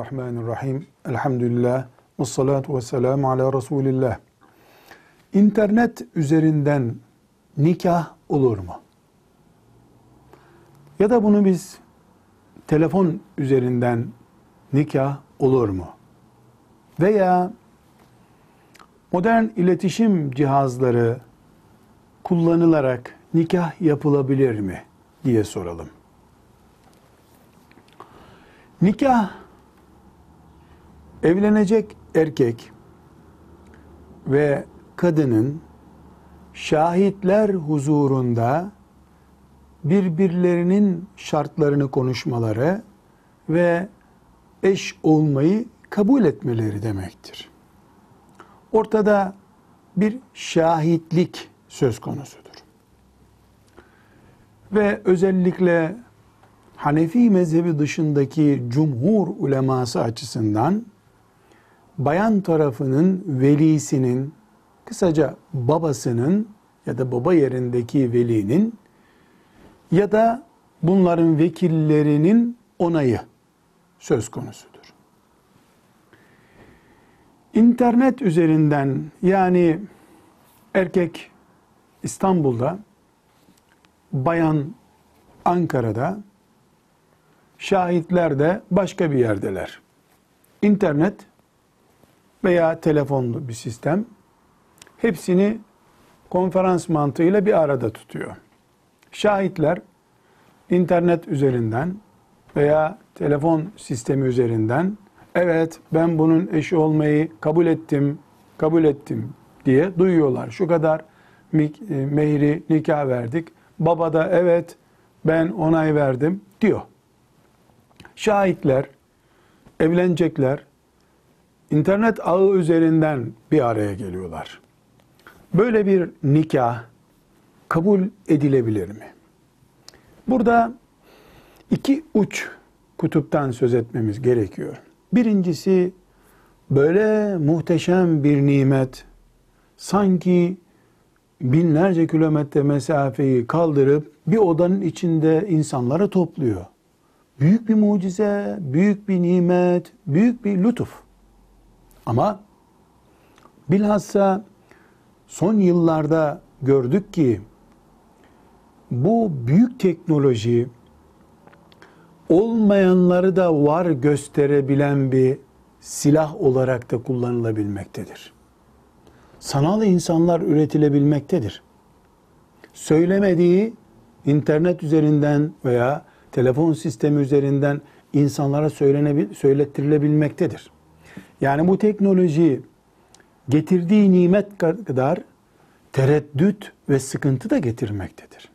Bismillahirrahmanirrahim. Elhamdülillah. Ve salatu ve selamu ala Resulillah. İnternet üzerinden nikah olur mu? Ya da bunu biz telefon üzerinden nikah olur mu? Veya modern iletişim cihazları kullanılarak nikah yapılabilir mi diye soralım. Nikah, evlenecek erkek ve kadının şahitler huzurunda birbirlerinin şartlarını konuşmaları ve eş olmayı kabul etmeleri demektir. Ortada bir şahitlik söz konusudur. Ve özellikle Hanefi mezhebi dışındaki cumhur uleması açısından bayan tarafının velisinin, kısaca babasının ya da baba yerindeki velinin ya da bunların vekillerinin onayı söz konusudur. İnternet üzerinden, yani erkek İstanbul'da, bayan Ankara'da, şahitler de başka bir yerdeler. İnternet veya telefonlu bir sistem hepsini konferans mantığıyla bir arada tutuyor. Şahitler internet üzerinden veya telefon sistemi üzerinden evet ben bunun eşi olmayı kabul ettim diye duyuyorlar. Şu kadar mehri nikah verdik. Baba da evet ben onay verdim diyor. Şahitler, evlenecekler, internet ağı üzerinden bir araya geliyorlar. Böyle bir nikah kabul edilebilir mi? Burada iki uç kutuptan söz etmemiz gerekiyor. Birincisi, böyle muhteşem bir nimet, sanki binlerce kilometre mesafeyi kaldırıp bir odanın içinde insanları topluyor. Büyük bir mucize, büyük bir nimet, büyük bir lütuf. Ama bilhassa son yıllarda gördük ki bu büyük teknoloji olmayanları da var gösterebilen bir silah olarak da kullanılabilmektedir. Sanal insanlar üretilebilmektedir. Söylemediği internet üzerinden veya telefon sistemi üzerinden insanlara söylettirilebilmektedir. Yani bu teknoloji getirdiği nimet kadar tereddüt ve sıkıntı da getirmektedir.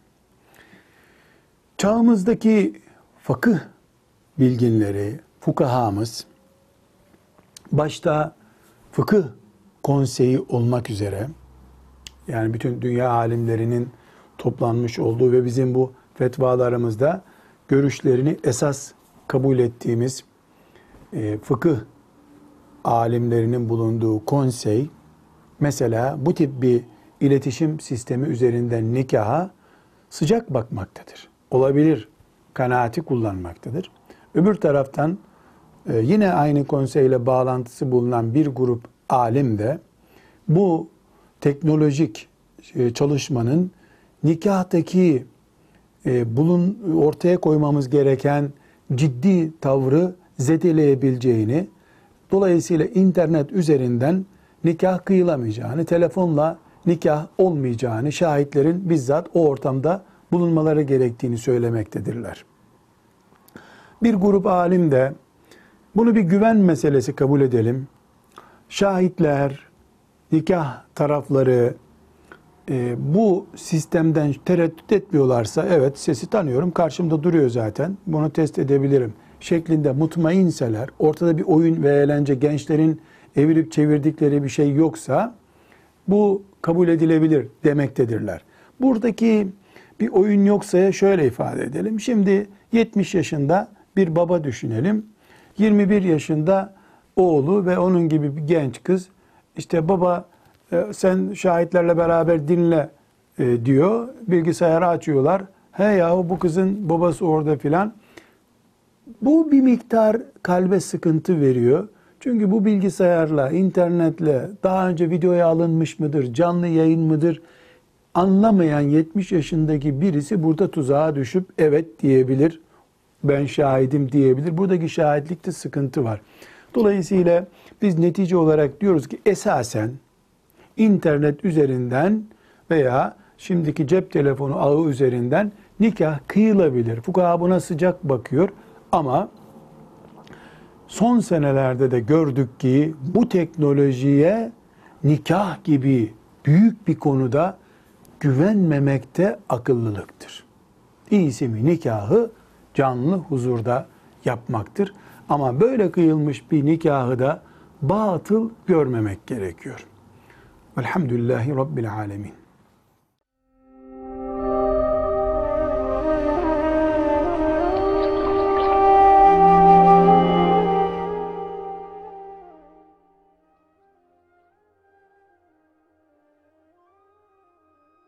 Çağımızdaki fıkıh bilginleri, fukahamız, başta fıkıh konseyi olmak üzere, yani bütün dünya alimlerinin toplanmış olduğu ve bizim bu fetvalarımızda görüşlerini esas kabul ettiğimiz fıkıh alimlerinin bulunduğu konsey, mesela bu tip bir iletişim sistemi üzerinden nikaha sıcak bakmaktadır. Olabilir kanaati kullanmaktadır. Öbür taraftan yine aynı konseyle bağlantısı bulunan bir grup alim de bu teknolojik çalışmanın nikahtaki ortaya koymamız gereken ciddi tavrı zedeleyebileceğini, dolayısıyla internet üzerinden nikah kıyılamayacağını, telefonla nikah olmayacağını, şahitlerin bizzat o ortamda bulunmaları gerektiğini söylemektedirler. Bir grup alim de bunu bir güven meselesi kabul edelim. Şahitler, nikah tarafları bu sistemden tereddüt etmiyorlarsa, evet sesi tanıyorum, karşımda duruyor zaten, bunu test edebilirim şeklinde mutmainseler, ortada bir oyun ve eğlence, gençlerin evirip çevirdikleri bir şey yoksa bu kabul edilebilir demektedirler. Buradaki bir oyun yoksa şöyle ifade edelim. Şimdi 70 yaşında bir baba düşünelim. 21 yaşında oğlu ve onun gibi bir genç kız, işte baba sen şahitlerle beraber dinle diyor. Bilgisayarı açıyorlar. He yahu bu kızın babası orada filan. Bu bir miktar kalbe sıkıntı veriyor. Çünkü bu bilgisayarla, internetle daha önce videoya alınmış mıdır, canlı yayın mıdır anlamayan 70 yaşındaki birisi burada tuzağa düşüp evet diyebilir, ben şahidim diyebilir. Buradaki şahitlikte sıkıntı var. Dolayısıyla biz netice olarak diyoruz ki esasen internet üzerinden veya şimdiki cep telefonu ağı üzerinden nikah kıyılabilir. Fukaha buna sıcak bakıyor ama son senelerde de gördük ki bu teknolojiye nikah gibi büyük bir konuda güvenmemekte akıllılıktır. İyisi mi nikahı canlı huzurda yapmaktır. Ama böyle kıyılmış bir nikahı da batıl görmemek gerekiyor. Velhamdülillahi Rabbil alemin.